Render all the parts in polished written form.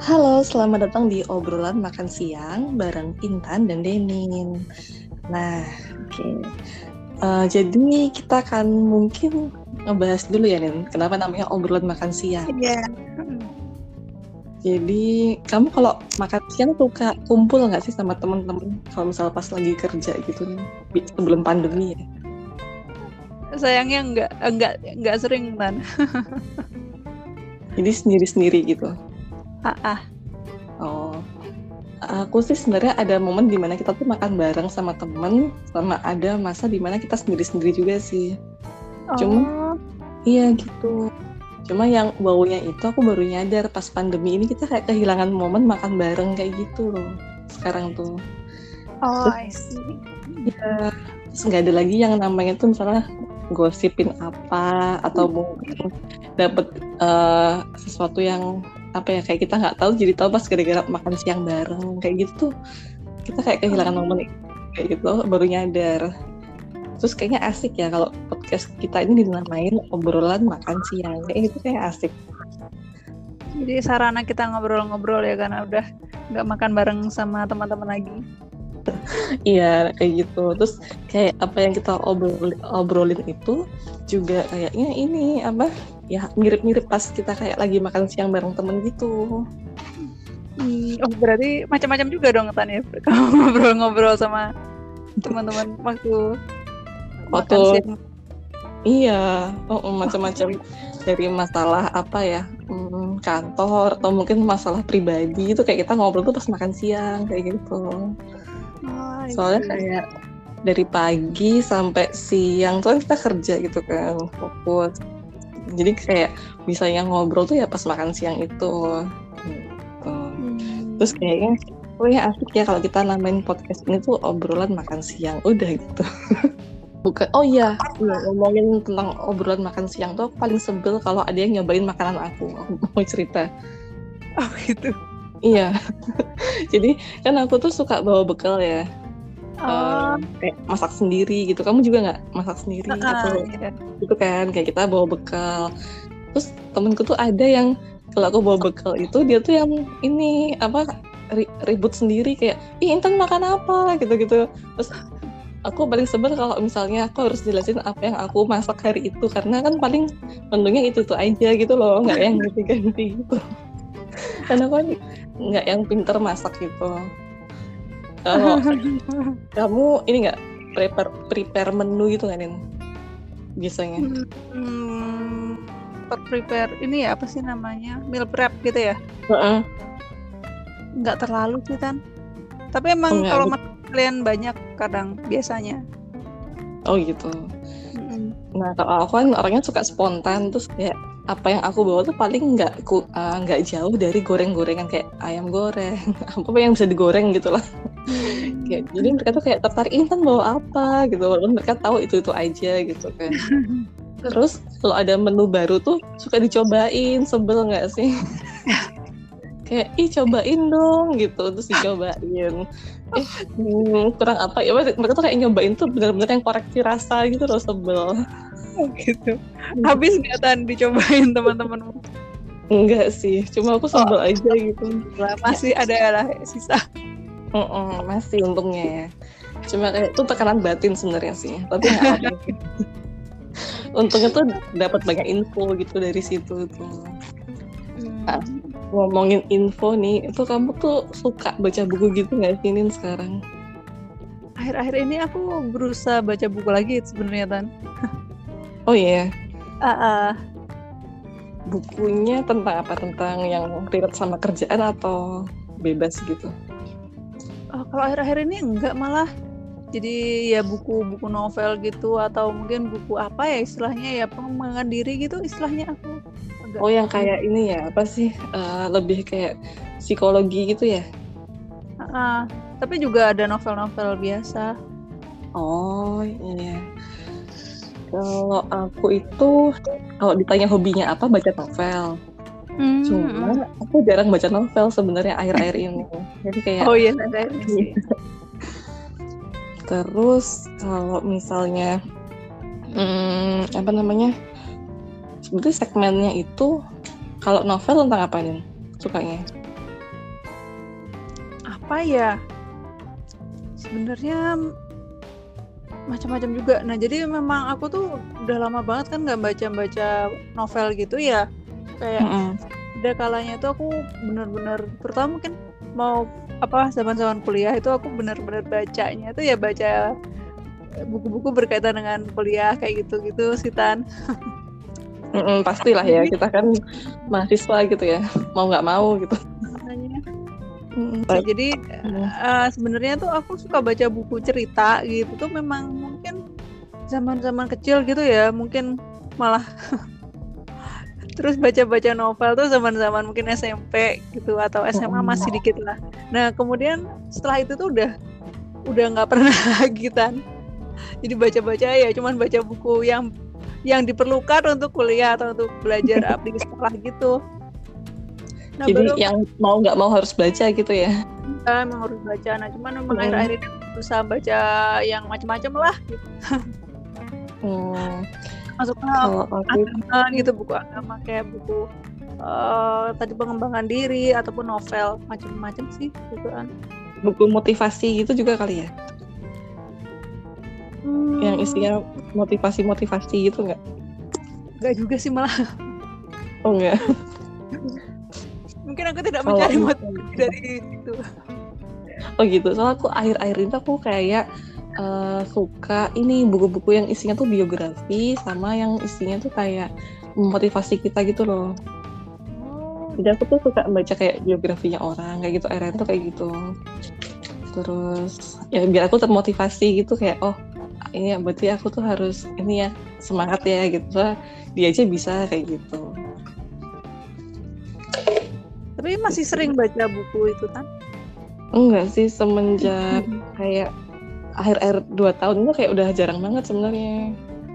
Halo, selamat datang di obrolan makan siang bareng Intan dan Denin. Nah, oke. Jadi kita akan mungkin ngebahas dulu ya, Nin. Kenapa namanya obrolan makan siang? Iya. Jadi, kamu kalau makan siang suka kumpul nggak sih sama temen-temen? Kalau misal pas lagi kerja gitu, nih, sebelum pandemi ya? Sayangnya enggak sering kan. Jadi sendiri-sendiri gitu. Ah. Oh, aku sih sebenarnya ada momen dimana kita tuh makan bareng sama temen, sama ada masa dimana kita sendiri-sendiri juga sih. Cuma Oh. iya gitu. Cuma yang baunya itu aku baru nyadar pas pandemi ini kita kayak kehilangan momen makan bareng kayak gitu loh. Sekarang tuh. Oh, Terus I see. ya, terus nggak ada lagi yang namanya tuh misalnya gosipin apa atau mungkin dapet sesuatu yang apa ya kayak kita nggak tahu jadi tahu pas gara-gara makan siang bareng kayak gitu tuh kita kayak kehilangan momen itu kayak gitu baru nyadar. Terus kayaknya asik ya kalau podcast kita ini dinamain obrolan makan siang. Kayak gitu kayak asik. Jadi sarana kita ngobrol-ngobrol ya karena udah nggak makan bareng sama teman-teman lagi. Iya, kayak gitu. Terus kayak apa yang kita obrolin itu juga kayaknya ini apa ya mirip-mirip pas kita kayak lagi makan siang bareng temen gitu. Oh, berarti macam-macam juga dong Tan ya. Kalau ngobrol-ngobrol sama teman-teman waktu makan siang. Iya, macam-macam dari masalah apa ya kantor atau mungkin masalah pribadi itu kayak kita ngobrol tuh pas makan siang kayak gitu. Soalnya kayak dari pagi sampai siang tuh kita kerja gitu kan fokus. Jadi kayak misalnya ngobrol tuh ya pas makan siang itu. Gitu. Terus kayaknya ya asik ya kalau kita namain podcast ini tuh obrolan makan siang. Udah gitu. Bukan, oh iya, ngomongin tentang obrolan makan siang tuh aku paling sebel kalau ada yang nyobain makanan aku mau cerita. Oh gitu. Iya, jadi kan aku tuh suka bawa bekal ya, kayak masak sendiri gitu. Kamu juga nggak masak sendiri atau gitu kan? Kayak kita bawa bekal. Terus temenku tuh ada yang kalau aku bawa bekal itu dia tuh yang ini apa ribut sendiri kayak, ih Intan makan apa gitu-gitu. Terus aku paling sebel kalau misalnya aku harus jelasin apa yang aku masak hari itu karena kan paling menunya itu aja gitu loh, nggak yang ganti-ganti gitu. Karena aku nggak yang pinter masak gitu. Kalau kamu ini nggak prepare menu gitu nggak Nin? Biasanya? Prepare ini ya apa sih namanya meal prep gitu ya? Nggak terlalu sih Tan. Tapi emang kalau kalian banyak kadang biasanya. Oh gitu. Nah kalau aku kan orangnya suka spontan terus kayak apa yang aku bawa tuh paling nggak jauh dari goreng-gorengan kayak ayam goreng apa yang bisa digoreng gitu lah. Kayak, jadi mereka tuh kayak tertarik Intan bawa apa gitu walaupun mereka tahu itu aja gitu kan. Terus kalau ada menu baru tuh suka dicobain, sebel nggak sih? Kayak cobain dong gitu terus dicobain. Kurang apa ya mereka tuh kayak nyobain tuh benar-benar yang koreksi rasa gitu loh, sebel. Oh gitu. Habis nggak Tan dicobain teman-temanmu? Enggak sih, cuma aku sebel aja gitu. Masih ada lah sisa. Masih untungnya ya. Cuma kayak itu tekanan batin sebenarnya sih, tapi nggak apa. Untungnya tuh dapat banyak info gitu dari situ tuh. Nah, ngomongin info nih, itu kamu tuh suka baca buku gitu nggak sih Nin sekarang? Akhir-akhir ini aku berusaha baca buku lagi sebenarnya Tan. Oh iya. Bukunya tentang apa? Tentang yang relate sama kerjaan atau bebas gitu? Kalau akhir-akhir ini enggak malah. Jadi ya buku-buku novel gitu atau mungkin buku apa ya istilahnya ya pengembangan diri gitu istilahnya aku. Oh yang kayak ini ya apa sih lebih kayak psikologi gitu ya? Tapi juga ada novel-novel biasa. Oh iya. Kalau aku itu kalau ditanya hobinya apa baca novel. Cuma aku jarang baca novel sebenarnya akhir-akhir ini. Jadi kayak oh iya akhir ini. Terus kalau misalnya apa namanya? Sebetulnya segmennya itu kalau novel tentang apa nih sukanya? apa ya? Sebenarnya macam-macam juga. Nah, jadi memang aku tuh udah lama banget kan nggak baca novel gitu ya. Kayak ada kalanya tuh aku benar-benar, terutama mungkin mau zaman-zaman kuliah itu aku benar-benar bacanya tuh ya baca buku-buku berkaitan dengan kuliah kayak gitu-gitu sih Tan. Pastilah ya, kita kan mahasiswa gitu ya, mau nggak mau gitu. Jadi sebenarnya tuh aku suka baca buku cerita gitu tuh memang mungkin zaman-zaman kecil gitu ya, mungkin malah terus baca-baca novel tuh zaman-zaman mungkin SMP gitu atau SMA masih dikit lah. Nah kemudian setelah itu tuh udah nggak pernah lagi Tan. Jadi baca-baca ya cuman baca buku yang diperlukan untuk kuliah atau untuk belajar di sekolah gitu. Nah, jadi yang mau nggak mau harus baca gitu ya? Emang harus baca. Nah cuman memang akhir-akhir ini berusaha baca yang macam-macam lah gitu. Masuknya agama gitu, buku agama kayak buku tadi pengembangan diri ataupun novel macam-macam sih gitu kan. Buku motivasi gitu juga kali ya? Yang isinya motivasi gitu nggak? Nggak juga sih malah. Oh nggak? Mungkin aku tidak mencari motivasi dari situ. Oh gitu. Soalnya aku akhir-akhir ini aku kayak suka ini buku-buku yang isinya tuh biografi sama yang isinya tuh kayak motivasi kita gitu loh. Jadi aku tuh suka baca kayak biografinya orang kayak gitu, akhirnya tuh kayak gitu. Terus ya biar aku termotivasi gitu kayak ini berarti aku tuh harus ini ya semangat ya gitu. Dia aja bisa kayak gitu. Tapi masih sering baca buku itu kan? Enggak sih, semenjak kayak akhir-akhir 2 tahun itu kayak udah jarang banget sebenarnya.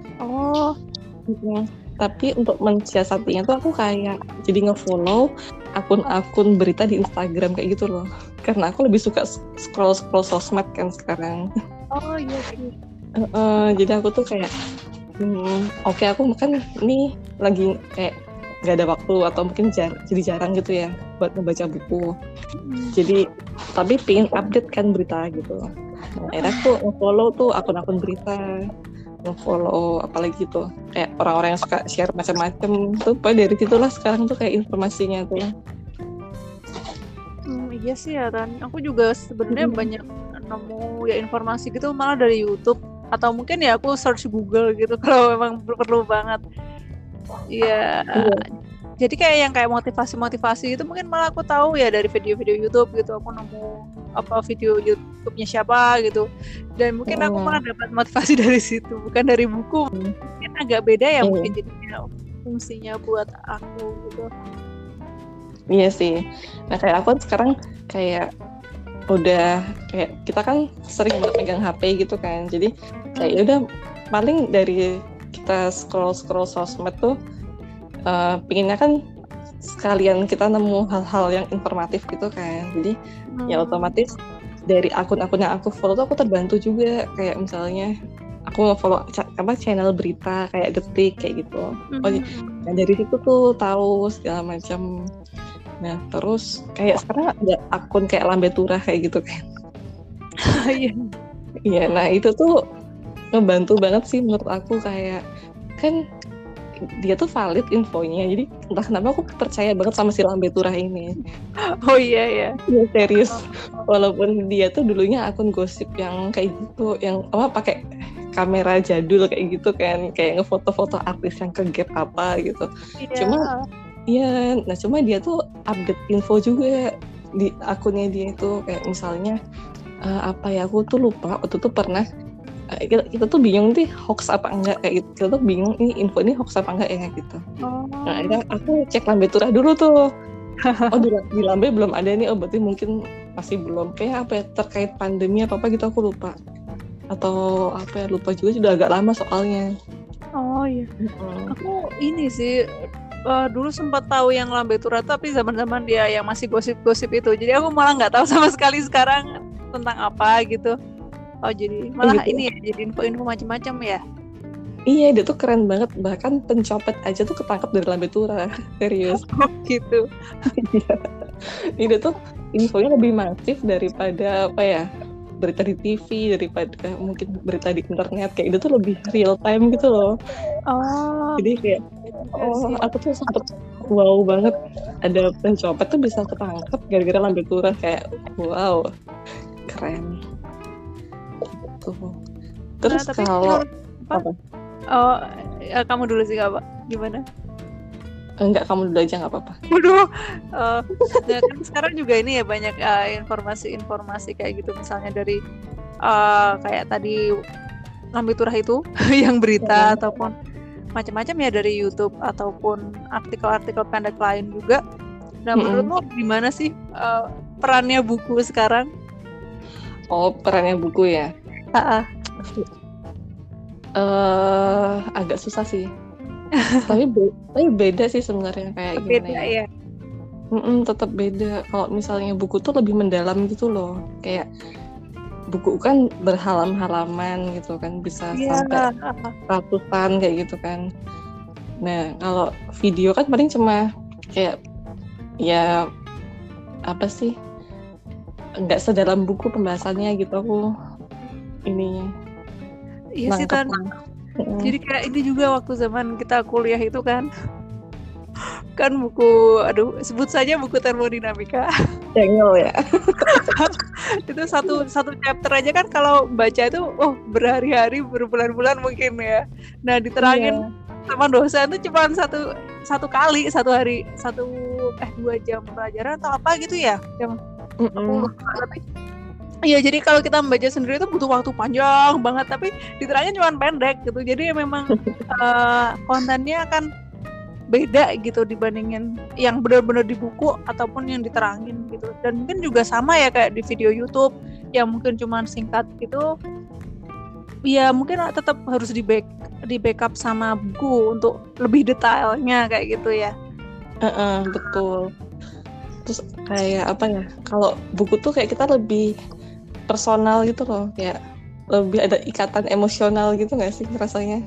Tapi untuk mensiasatinya tuh aku kayak jadi nge-follow akun-akun berita di Instagram kayak gitu loh. Karena aku lebih suka scroll sosmed kan sekarang. Oh iya sih. Jadi aku tuh kayak oke, aku kan ini lagi kayak gak ada waktu atau mungkin jadi jarang gitu ya buat membaca buku. Jadi tapi pengen update kan berita gitu. Nah, akhirnya aku nge-follow tuh akun-akun berita, nge-follow apalagi gitu kayak orang-orang yang suka share macam-macam tuh. Dari situlah sekarang tuh kayak informasinya tuh. Iya sih ya Tan. Aku juga sebenarnya banyak nemu ya informasi gitu malah dari YouTube atau mungkin ya aku search Google gitu kalau memang perlu banget. Iya. Jadi kayak motivasi itu mungkin malah aku tahu ya dari video-video YouTube gitu. Aku nemu video YouTube-nya siapa gitu. Dan mungkin aku malah dapat motivasi dari situ, bukan dari buku. Mungkin agak beda ya mungkin jadinya fungsinya buat aku gitu. Iya sih. Nah kayak aku sekarang kayak udah kayak kita kan sering banget pegang HP gitu kan. Jadi kayak udah paling dari kita scroll sosmed tuh pinginnya kan sekalian kita nemu hal-hal yang informatif gitu kan. Jadi ya otomatis dari akun-akun yang aku follow tuh aku terbantu juga. Kayak misalnya aku nge-follow channel berita kayak Detik kayak gitu. Nah dari situ tuh tahu segala macam. Nah terus kayak sekarang ada akun kayak Lambe Turah kayak gitu kan. Iya, nah itu tuh ngebantu banget sih menurut aku. Kayak kan dia tuh valid infonya, jadi entah kenapa aku percaya banget sama si Lambe Turah ini. Oh iya ya serius. Walaupun dia tuh dulunya akun gosip yang kayak gitu, yang pakai kamera jadul kayak gitu kan, kayak ngefoto-foto artis yang ke gap apa gitu. Cuma dia tuh update info juga di akunnya dia itu. Kayak misalnya aku tuh lupa waktu itu pernah kita tuh bingung nih hoax apa enggak kayak gitu. Kita tuh bingung ini info ini hoax apa enggak ya gitu. Nah akhirnya aku cek Lambe Turah dulu tuh. Di Lambe belum ada nih. Berarti mungkin masih belum kayak terkait pandemi apa gitu aku lupa. Atau lupa juga, sudah agak lama soalnya. Oh iya. Aku ini sih dulu sempat tahu yang Lambe Turah tapi zaman-zaman dia yang masih gosip-gosip itu. Jadi aku malah nggak tahu sama sekali sekarang tentang apa gitu. Oh jadi malah ini ya, jadi info-info macam-macam ya? Iya, dia tuh keren banget. Bahkan pencopet aja tuh ketangkep dari Lambe Turah. Serius. Oh gitu. Ini tuh infonya lebih masif daripada apa ya, berita di TV, daripada mungkin berita di internet. Kayak itu tuh lebih real time gitu loh. Jadi kayak aku tuh sempet wow banget, ada pencopet tuh bisa ketangkep gara-gara lambe turun. Kayak wow, keren gitu. Terus kalau apa? Kamu dulu sih Kak, gimana? Enggak, kamu dulu aja nggak apa-apa. Waduh, kan sekarang juga ini ya banyak informasi-informasi kayak gitu, misalnya dari kayak tadi lambe turah itu yang berita ataupun macam-macam ya dari YouTube ataupun artikel-artikel pendek lain juga. Nah, menurutmu gimana sih perannya buku sekarang? Oh, perannya buku ya? Agak susah sih. tapi beda sih sebenarnya kayak gimana beda ya? Tetap beda. Kalau misalnya buku tuh lebih mendalam gitu loh. Kayak buku kan berhalaman-halaman gitu kan, bisa sampai ratusan kayak gitu kan. Nah, kalau video kan paling cuma kayak ya apa sih, nggak sedalam buku pembahasannya gitu aku ininya. Iya sih Tan. Jadi kayak ini juga waktu zaman kita kuliah itu kan buku, sebut saja buku termodinamika. Cengel ya. Itu satu chapter aja kan kalau baca itu berhari-hari, berbulan-bulan mungkin ya. Nah, diterangin sama dosen tuh cuma satu kali, satu hari, 2 jam pelajaran atau apa gitu ya. Yang aku lupa, tapi iya, jadi kalau kita membaca sendiri itu butuh waktu panjang banget, tapi diterangin cuma pendek gitu. Jadi memang kontennya akan beda gitu dibandingin yang benar-benar di buku ataupun yang diterangin gitu. Dan mungkin juga sama ya kayak di video YouTube yang mungkin cuma singkat gitu. Ya mungkin tetap harus di backup sama buku untuk lebih detailnya kayak gitu ya. Betul. Terus kayak apa ya? Kalau buku tuh kayak kita lebih personal gitu loh, kayak lebih ada ikatan emosional gitu nggak sih rasanya?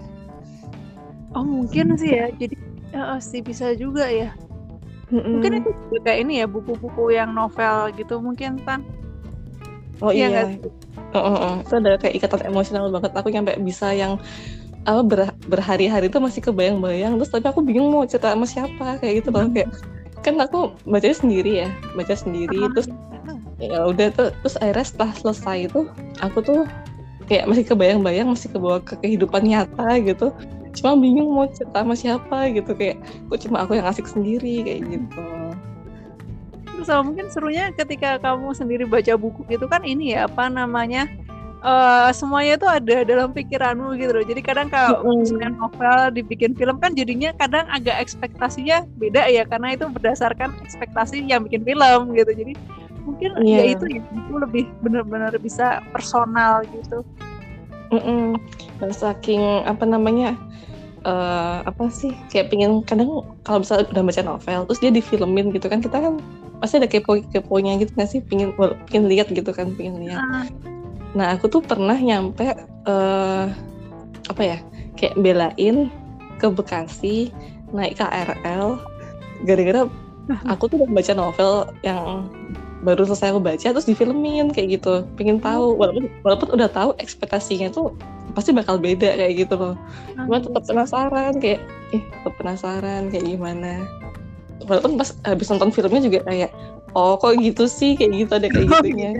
Oh mungkin sih ya. Jadi sih bisa juga ya. Mungkin itu juga kayak ini ya, buku-buku yang novel gitu mungkin kan. Oh iya. Itu ada kayak ikatan emosional banget. Aku sampai bisa yang berhari-hari itu masih kebayang-bayang. Terus tapi aku bingung mau cerita sama siapa kayak gitu loh. Kayak kan aku baca sendiri. Terus ya udah tuh, terus akhirnya setelah selesai itu aku tuh kayak masih kebayang-bayang, masih kebawa ke kehidupan nyata gitu. Cuma bingung mau cerita sama siapa gitu, kayak kok cuma aku yang asik sendiri kayak gitu. Terus mungkin serunya ketika kamu sendiri baca buku gitu kan ini ya, apa namanya, semuanya itu ada dalam pikiranmu gitu loh. Jadi kadang kalau misalnya novel dibikin film kan jadinya kadang agak ekspektasinya beda ya, karena itu berdasarkan ekspektasi yang bikin film gitu. Jadi mungkin ya itu ya, buku lebih benar-benar bisa personal gitu. Dan saking apa namanya, apa sih, kayak pingin kadang kalau misalnya udah baca novel terus dia difilmin gitu kan, kita kan pasti ada keponya gitu nggak sih, pingin lihat gitu kan, pingin lihat. Nah aku tuh pernah nyampe apa ya, kayak belain ke Bekasi naik KRL gara-gara aku tuh udah baca novel yang baru selesai aku baca terus difilmin kayak gitu, pengen tahu walaupun udah tahu ekspektasinya tuh pasti bakal beda kayak gitu loh. Cuma tetap penasaran kayak gimana, walaupun pas habis nonton filmnya juga kayak kok gitu sih, kayak gitu ada kayak gitunya.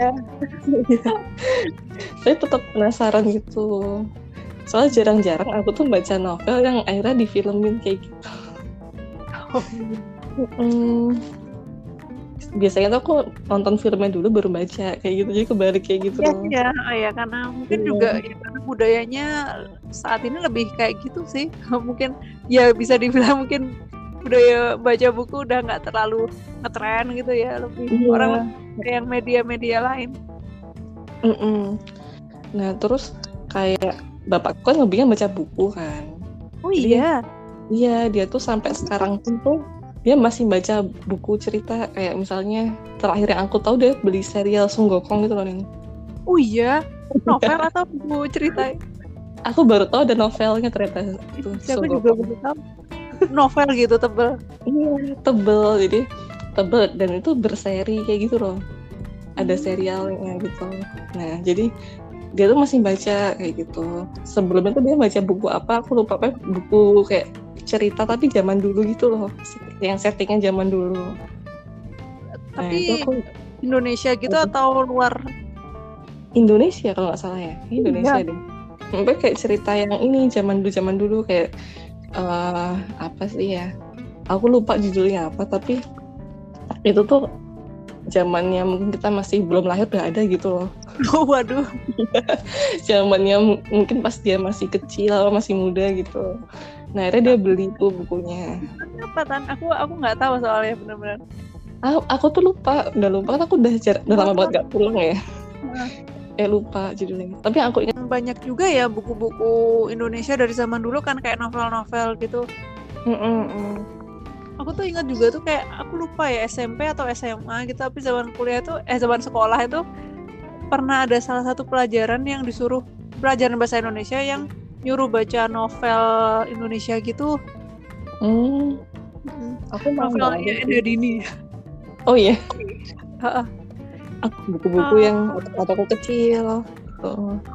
Saya tetap penasaran gitu, soalnya jarang-jarang aku tuh baca novel yang akhirnya difilmin kayak gitu. Biasanya tuh aku nonton filmnya dulu baru baca kayak gitu, jadi kebalik kayak gitu. Iya, karena mungkin juga ya, karena budayanya saat ini lebih kayak gitu sih. Mungkin ya bisa dibilang mungkin budaya baca buku udah nggak terlalu ngetren gitu ya, lebih orang kayak yang media-media lain. Nah terus kayak bapakku kan hobinya baca buku kan. Oh iya. Iya, dia tuh sampai sekarang pun tuh dia masih baca buku cerita, kayak misalnya terakhir yang aku tahu dia beli serial Sung Gokong gitu loh, Ning. Oh iya, novel atau buku cerita? Aku baru tahu ada novelnya ternyata itu. Aku juga baru tahu. Novel gitu tebel. Iya, tebel. Jadi tebel dan itu berseri kayak gitu loh. Ada serialnya gitu. Nah, jadi dia tuh masih baca kayak gitu. Sebelumnya tuh dia baca buku apa, aku lupa, buku kayak cerita tapi zaman dulu gitu loh. Yang settingnya zaman dulu. Tapi nah, itu aku Indonesia gitu atau luar? Indonesia kalau nggak salah ya. Indonesia deh. Sampai kayak cerita yang ini zaman dulu kayak apa sih ya? Aku lupa judulnya apa, tapi itu tuh zamannya mungkin kita masih belum lahir udah ada gitu loh. Oh, waduh. Zamannya mungkin pas dia masih kecil, masih muda gitu. Nah, akhirnya dia beli tuh bukunya. Apa Tan? Aku nggak tahu soalnya benar-benar. Aku tuh lupa, udah aku udah lama banget gak pulang ya. Lupa judulnya. Tapi aku ingat banyak juga ya buku-buku Indonesia dari zaman dulu kan kayak novel-novel gitu. Aku tuh ingat juga tuh kayak aku lupa ya SMP atau SMA gitu, tapi zaman kuliah tuh zaman sekolah itu pernah ada salah satu pelajaran yang disuruh pelajaran bahasa Indonesia yang nyuruh baca novel Indonesia gitu. Aku novelnya Enda Dini. Oh iya. Buku-buku yang waktu aku kecil gitu.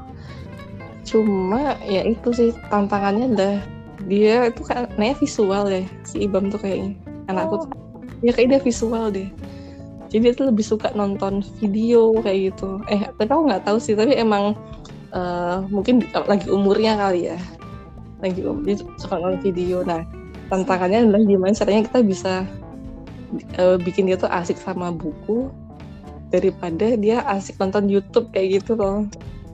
Cuma ya itu sih tantangannya dah dia itu kan naik visual ya, si Ibam tuh kayaknya anakku tuh ya kayak dia visual deh, jadi dia tuh lebih suka nonton video kayak gitu. Tapi aku nggak tahu sih, tapi emang mungkin lagi umurnya kali ya, dia suka nonton video. Nah, tantangannya adalah gimana caranya kita bisa bikin dia tuh asik sama buku daripada dia asik nonton YouTube kayak gitu loh.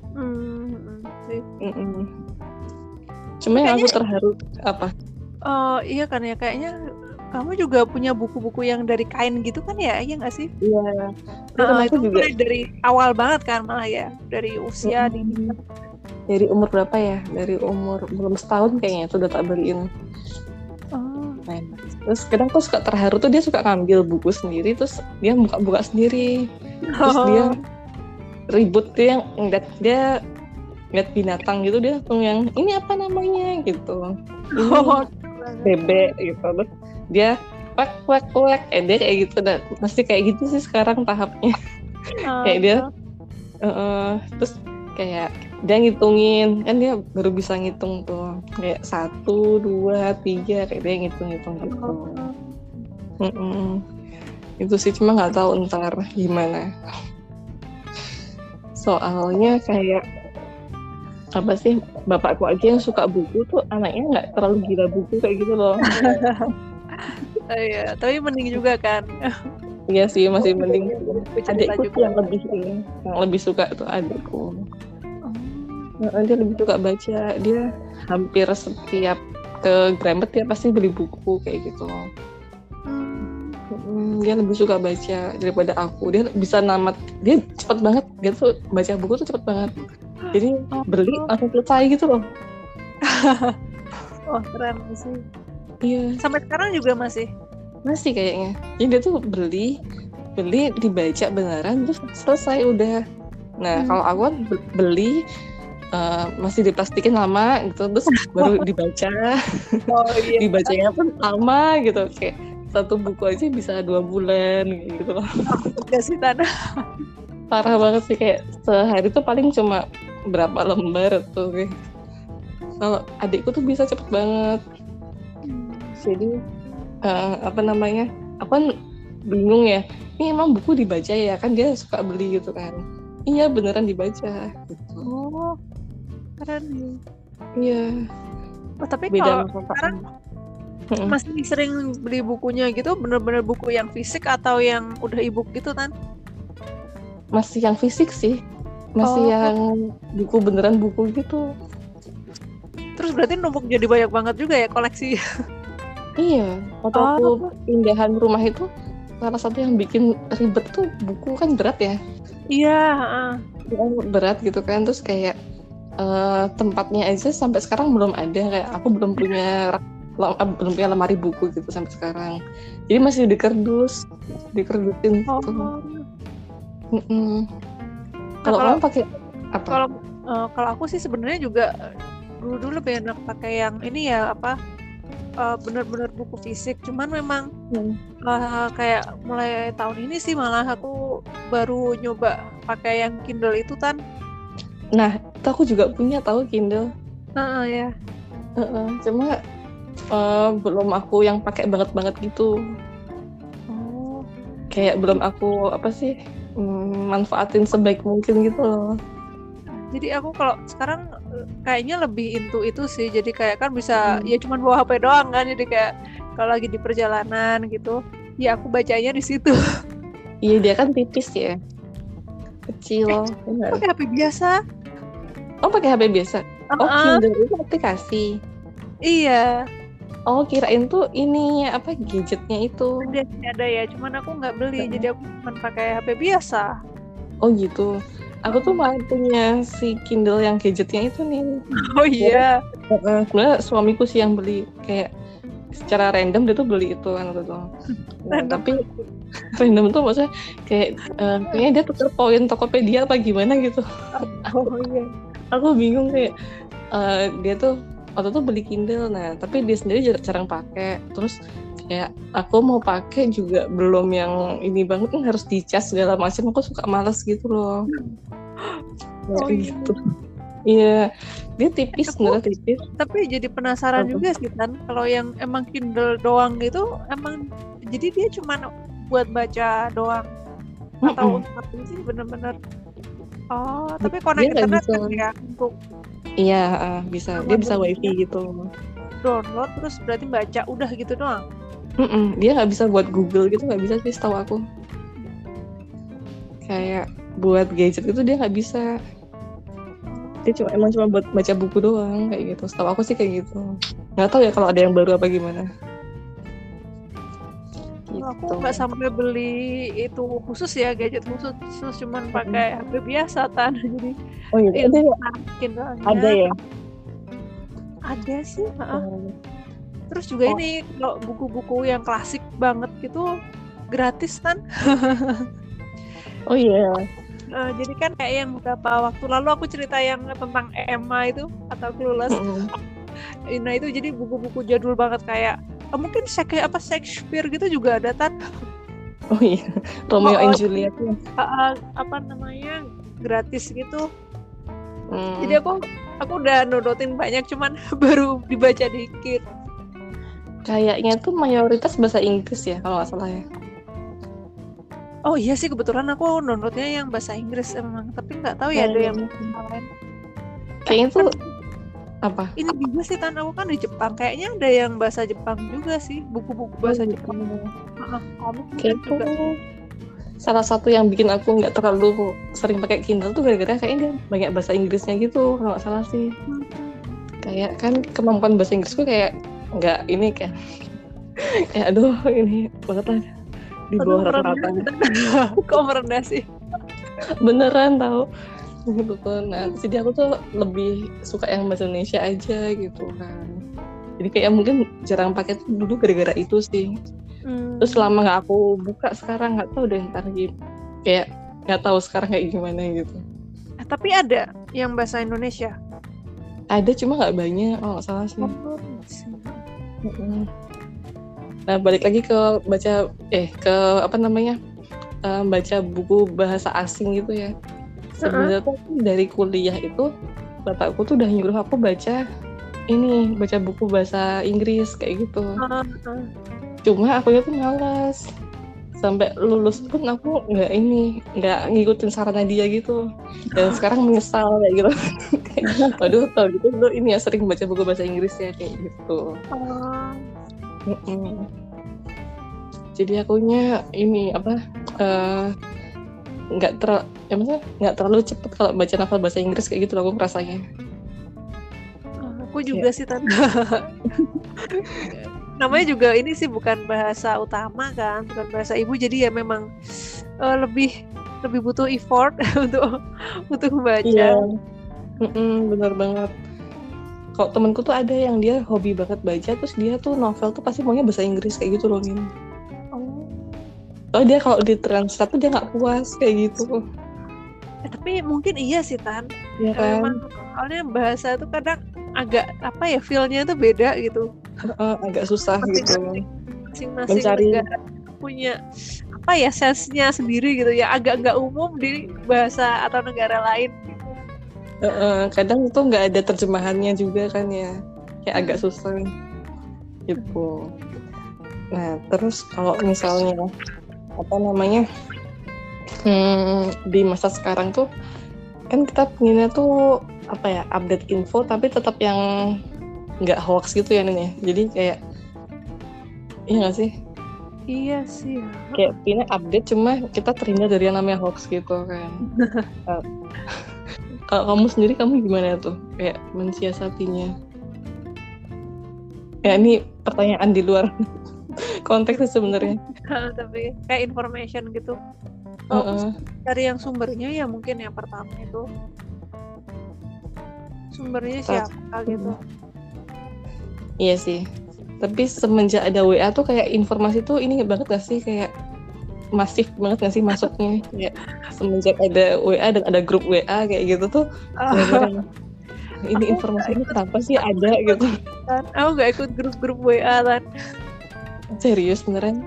Cuma yang aku terharu apa? Iya kan ya, kayaknya kamu juga punya buku-buku yang dari kain gitu kan ya, iya nggak sih? Iya. Itu juga dari awal banget kan malah ya, dari usia dini. Dari umur berapa ya? Dari umur belum setahun kayaknya itu udah tak beliin. Nah, terus kadang tuh suka terharu tuh dia suka ngambil buku sendiri terus dia buka sendiri. Terus dia ribut, dia ngeliat binatang gitu, dia tuh yang ini apa namanya gitu, bebek gitu, terus dia wek dia kayak gitu, dan pasti kayak gitu sih sekarang tahapnya. Kayak dia terus kayak dia ngitungin, kan dia baru bisa ngitung tuh kayak 1, 2, 3 kayak dia ngitung gitu. Itu sih, cuma nggak tahu ntar gimana. Soalnya kayak apa sih, bapakku aja yang suka buku tuh anaknya nggak terlalu gila buku kayak gitu loh. Iya, tapi mending juga kan. Iya sih, masih mending. Adikku yang lebih suka tuh adikku. Dia lebih suka baca, dia hampir setiap ke Gramet dia pasti beli buku kayak gitu loh. Dia lebih suka baca daripada aku. Dia bisa namat, dia cepet banget, dia tuh baca buku tuh cepet banget. Jadi beli langsung selesai gitu loh. Wah, keren sih. Iya. Sampai sekarang juga masih kayaknya. Jadi dia tuh beli dibaca beneran terus selesai udah. Nah, kalau aku kan beli masih diplastikin lama gitu, terus baru dibaca. Iya. Dibacanya pun lama gitu, kayak satu buku aja bisa 2 bulan gitu loh. Kasih tanah. Parah banget sih, kayak sehari tuh paling cuma berapa lembar tuh kayak. Kalau adikku tuh bisa cepet banget. Jadi apa namanya, aku kan bingung ya, ini emang buku dibaca ya, kan dia suka beli gitu kan. Iya beneran dibaca gitu. Oh, keren nih. Iya. Tapi kalau sekarang masih sering beli bukunya gitu, bener-bener buku yang fisik atau yang udah e-book gitu kan? Masih yang fisik sih, masih yang buku beneran buku gitu. Terus berarti numpuk jadi banyak banget juga ya koleksi? Iya, waktu aku pindahan rumah itu salah satu yang bikin ribet tuh buku kan berat ya. Iya. Berat gitu kan, terus kayak tempatnya aja sampai sekarang belum ada, kayak aku belum punya lemari buku gitu sampai sekarang. Jadi masih dikerdusin gitu. Kalau kamu pakai apa? Kalau aku sih sebenarnya juga dulu lebih enak pakai yang ini ya, apa, benar-benar buku fisik. Cuman memang kayak mulai tahun ini sih malah aku baru nyoba pakai yang Kindle itu Tan. Nah, itu aku juga punya tahu Kindle. Ya. Cuma belum aku yang pakai banget gitu. Kayak belum aku manfaatin sebaik mungkin gitu loh. Jadi aku kalau sekarang kayaknya lebih into itu sih. Jadi kayak kan bisa ya cuma bawa HP doang kan. Jadi kayak kalau lagi di perjalanan gitu, ya aku bacanya di situ. Iya, dia kan tipis ya. Kecil. Pakai HP biasa. Oh, pakai HP biasa. Kindle itu aplikasi. Iya. Oh, kirain tuh ini gadgetnya itu. Ada ya, cuman aku nggak beli. Jadi aku cuma pakai HP biasa. Oh gitu. Aku tuh malah punya si Kindle yang gadgetnya itu nih. Oh iya. Sebenarnya suamiku sih yang beli, kayak secara random dia tuh beli itu kan waktu itu. Tapi random tuh maksudnya kayak kayaknya dia tukar poin Tokopedia apa gimana gitu. Oh iya. Aku bingung kayak dia tuh waktu itu beli Kindle, nah tapi dia sendiri jarang pakai. Terus kayak aku mau pakai juga belum yang ini banget, kan harus dicas segala macam, aku suka malas gitu loh. Gitu. Iya, dia tipis, sebenarnya tipis. Tapi jadi penasaran juga sih Tan, kalau yang emang Kindle doang gitu, emang jadi dia cuma buat baca doang atau apa sih bener-bener? Oh, tapi connect internet kan ya untuk? Iya, bisa. Dia bisa wifi gitu. Download terus berarti baca udah gitu doang? Dia nggak bisa buat Google gitu, nggak bisa sih setahu aku. Kayak buat gadget itu dia nggak bisa. Dia cuma buat baca buku doang kayak gitu. Setahu aku sih kayak gitu. Nggak tahu ya kalau ada yang baru apa gimana. Gitu. Aku nggak sampai beli itu khusus ya, gadget khusus cuman pakai HP biasa Tan. Jadi ada ya? Ada sih. Terus juga ini kalau buku-buku yang klasik banget gitu gratis kan? Oh iya. Jadi kan kayak yang beberapa waktu lalu aku cerita yang tentang Emma itu atau Clueless. Nah itu jadi buku-buku jadul banget kayak mungkin Shakespeare gitu juga ada Tan. Oh iya, Romeo and Juliet ya. Gratis gitu. Jadi aku udah nodotin banyak cuman baru dibaca dikit. Kayaknya tuh mayoritas bahasa Inggris ya kalau nggak salah ya. Oh iya sih, kebetulan aku downloadnya yang bahasa Inggris emang, tapi nggak tahu ya ada yang lain. Kayaknya tuh apa? Ini juga sih Tan, aku kan di Jepang, kayaknya ada yang bahasa Jepang juga sih, buku-buku bahasa Jepang. Kayak juga. Salah satu yang bikin aku nggak terlalu sering pakai Kindle tuh gara-gara kayaknya dia banyak bahasa Inggrisnya gitu kalau nggak salah sih. Kayak kan kemampuan bahasa Inggrisku kayak nggak ini kan. Kayak aduh ini banget lah di bawah rata-rata. Kok merendah sih? Beneran tau gitu kan. Nah jadi aku tuh lebih suka yang bahasa Indonesia aja gitu kan. Jadi kayak mungkin jarang pakai tuh dulu gara-gara itu sih. Terus selama nggak aku buka sekarang nggak tahu deh ntar gitu. Kayak nggak tahu sekarang kayak gimana gitu. Tapi ada yang bahasa Indonesia? Ada cuma nggak banyak, nggak salah sih. Nah balik lagi ke baca baca buku bahasa asing gitu ya. Sebenarnya tuh dari kuliah itu bapakku tuh udah nyuruh aku baca buku bahasa Inggris kayak gitu. Cuma aku tuh malas. Sampai lulus pun aku nggak ngikutin sarannya dia gitu. Dan sekarang menyesal kayak gitu. Waduh, tau gitu lo ini ya sering baca buku bahasa Inggris ya kayak gitu. Jadi akunya nggak terlalu cepet kalau baca novel bahasa Inggris kayak gitu aku rasanya. Aku juga sih Tante. Namanya juga ini sih bukan bahasa utama kan, bukan bahasa ibu, jadi ya memang lebih butuh effort untuk membaca. Iya. Benar banget. Kalau temanku tuh ada yang dia hobi banget baca, terus dia tuh novel tuh pasti maunya bahasa Inggris kayak gitu loh Min. Oh dia kalau ditranslate tuh dia nggak puas kayak gitu. Tapi mungkin iya sih Tan. Iya kan. Memang soalnya bahasa tuh kadang agak feel-nya tuh beda gitu. agak susah gitu Masing-masing mencari. negara punya apa ya sense-nya sendiri gitu ya, agak nggak umum di bahasa atau negara lain. Kadang itu nggak ada terjemahannya juga kan ya, kayak agak susah gitu. Nah terus kalau misalnya apa namanya di masa sekarang tuh kan kita pengennya tuh apa ya, update info tapi tetap yang nggak hoax gitu ya Nen ya. Jadi kayak iya nggak sih? Iya sih. Kayak pengennya update cuma kita terhindar dari yang namanya hoax gitu kan. Kalau kamu sendiri, kamu gimana tuh kayak mensiasatinya? Ya ini pertanyaan di luar konteksnya sebenarnya. Tapi kayak information gitu. Dari yang sumbernya ya mungkin yang pertama itu sumbernya siapa gitu. Iya sih. Tapi semenjak ada WA tuh kayak informasi tuh ini banget gak sih, kayak masif banget gak sih masuknya? Kayak semenjak ada WA dan ada grup WA kayak gitu tuh ini informasinya kenapa sih ada gitu. Aku gak ikut grup-grup WA kan. Serius beneran?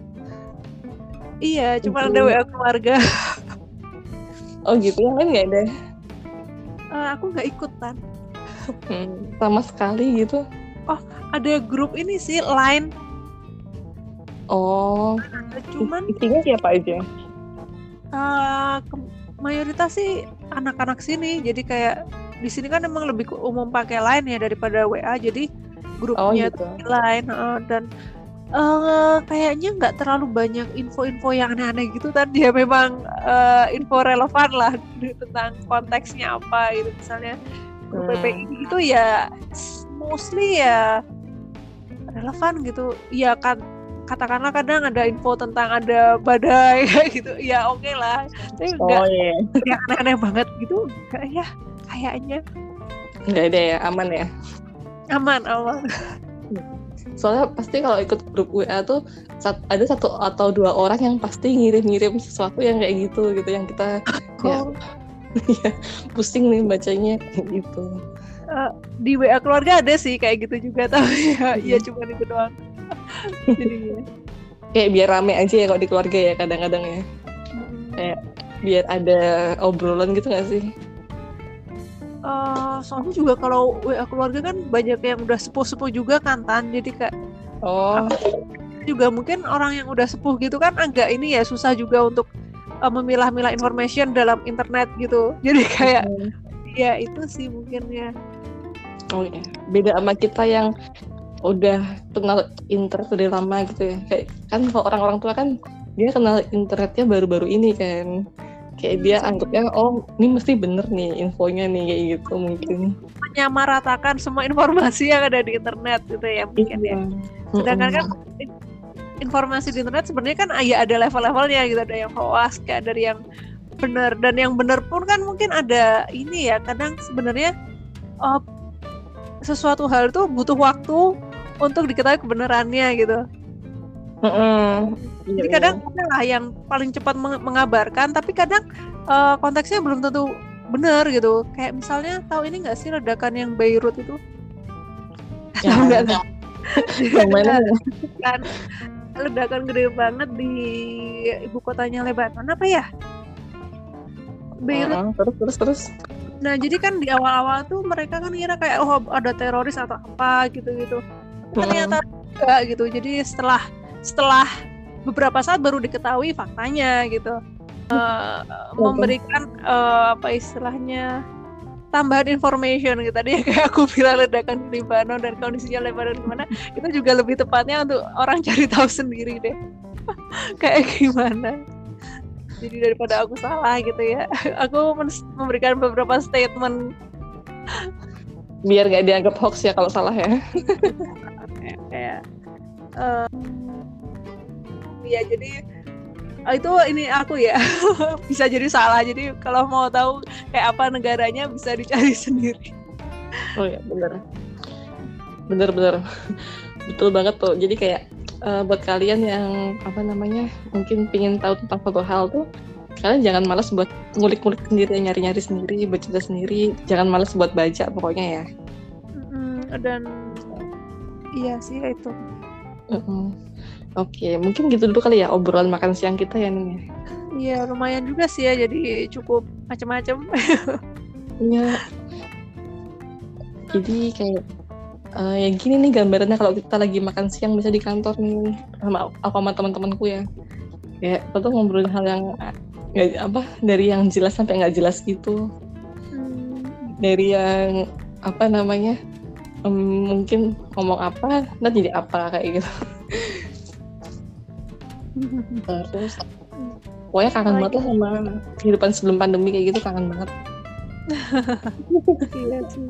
Iya, cuma ada WA keluarga. Oh gitu, yang lain gak ada? Aku gak ikut kan. Sama sekali gitu. Oh, ada grup ini sih, Line. Oh, cuman isinya siapa aja? Mayoritas sih anak-anak sini. Jadi kayak di sini kan emang lebih umum pakai Line ya daripada WA. Jadi grupnya gitu. Line dan kayaknya nggak terlalu banyak info-info yang aneh-aneh gitu kan. Dia memang info relevan lah tentang konteksnya apa gitu. Misalnya grup PPI itu ya mostly ya relevan gitu. Ya kan katakanlah kadang ada info tentang ada badai gitu. Ya oke lah. Tapi enggak yang aneh-aneh banget gitu. Enggak ya kayaknya. Enggak ada ya, aman ya? Aman. Soalnya pasti kalau ikut grup WA tuh ada 1 atau 2 orang yang pasti ngirim-ngirim sesuatu yang kayak gitu yang kita kayak ya, pusing nih bacanya gitu. Di WA keluarga ada sih kayak gitu juga, tapi ya cuma itu doang. Jadi kayak biar rame aja ya kalau di keluarga ya kadang-kadang ya. Kayak biar ada obrolan gitu nggak sih? Soalnya juga kalau WA keluarga kan banyak yang udah sepuh-sepuh juga kan jadi kayak juga mungkin orang yang udah sepuh gitu kan agak ini ya susah juga untuk memilah-milah information dalam internet gitu. Jadi kayak ya itu sih mungkin ya. Oh iya, beda sama kita yang udah kenal internet dari lama gitu ya. Kayak kan kalau orang-orang tua kan dia kenal internetnya baru-baru ini kan. Kayak dia anggapnya ini mesti bener nih infonya nih kayak gitu mungkin. Menyamaratakan semua informasi yang ada di internet gitu ya mungkin ya. Sedangkan kan informasi di internet sebenarnya kan ya ada level-levelnya gitu, ada yang hoax, kayak ada yang benar, dan yang benar pun kan mungkin ada ini ya, kadang sebenarnya sesuatu hal itu butuh waktu untuk diketahui kebenarannya gitu. Jadi kadang lah yang paling cepat mengabarkan, tapi kadang konteksnya belum tentu benar gitu. Kayak misalnya tahu ini nggak sih ledakan yang Beirut itu? Tahu nggak? Kan ledakan gede banget di ibu kotanya Lebanon apa ya? Beirut. Terus. Nah jadi kan di awal-awal tuh mereka kan kira kayak ada teroris atau apa gitu-gitu. Ternyata enggak gitu. Jadi setelah beberapa saat baru diketahui faktanya gitu. Memberikan apa istilahnya tambahan information gitu. Tadi kayak aku bilang ledakan di Lebanon dan kondisinya Lebanon gimana, itu juga lebih tepatnya untuk orang cari tahu sendiri deh kayak gimana. Jadi daripada aku salah gitu ya, aku memberikan beberapa statement biar gak dianggap hoax ya kalau salah ya. Ya jadi itu ini aku ya bisa jadi salah. Jadi kalau mau tahu kayak apa negaranya bisa dicari sendiri. Oh ya bener betul banget tuh. Jadi kayak buat kalian yang mungkin pingin tahu tentang suatu hal tuh, kalian jangan malas buat ngulik-ngulik sendiri, nyari-nyari sendiri, baca sendiri. Jangan malas buat baca pokoknya ya. Dan Iya sih itu. Oke, mungkin gitu dulu kali ya obrolan makan siang kita ya nih. Iya, lumayan juga sih ya, jadi cukup macam-macam. Iya. Jadi kayak ya gini nih gambarannya kalau kita lagi makan siang bisa di kantor nih sama aku sama teman-temanku ya. Kayak kita tuh ngobrolin hal yang dari yang jelas sampai nggak jelas gitu. Dari yang mungkin ngomong apa, nanti jadi apa kayak gitu. Terus pokoknya kangen banget lah sama kehidupan sebelum pandemi kayak gitu, kangen banget. Iya sih.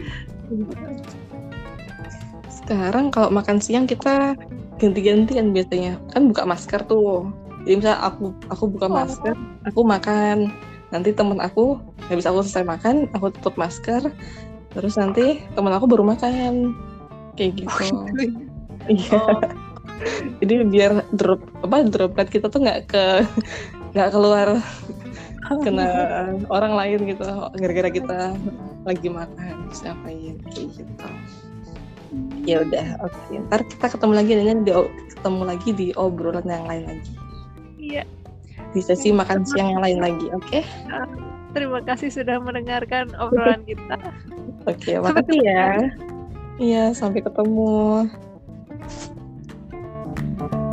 Sekarang kalau makan siang kita ganti-gantian biasanya. Kan buka masker tuh. Jadi misalnya aku buka masker, aku makan. Nanti temen aku, habis aku selesai makan, aku tutup masker. Terus nanti temen aku baru makan. Kayak gitu. Iya. Jadi biar droplet kita tuh nggak keluar kena orang lain gitu, gara-gara kita lagi makan terus ngapain kayak gitu. Ya udah, oke. Ntar kita ketemu lagi di obrolan yang lain lagi. Iya. Di sesi makan siang yang lain lagi, oke? Terima kasih sudah mendengarkan obrolan kita. Oke, makasih ya. Iya, sampai ketemu.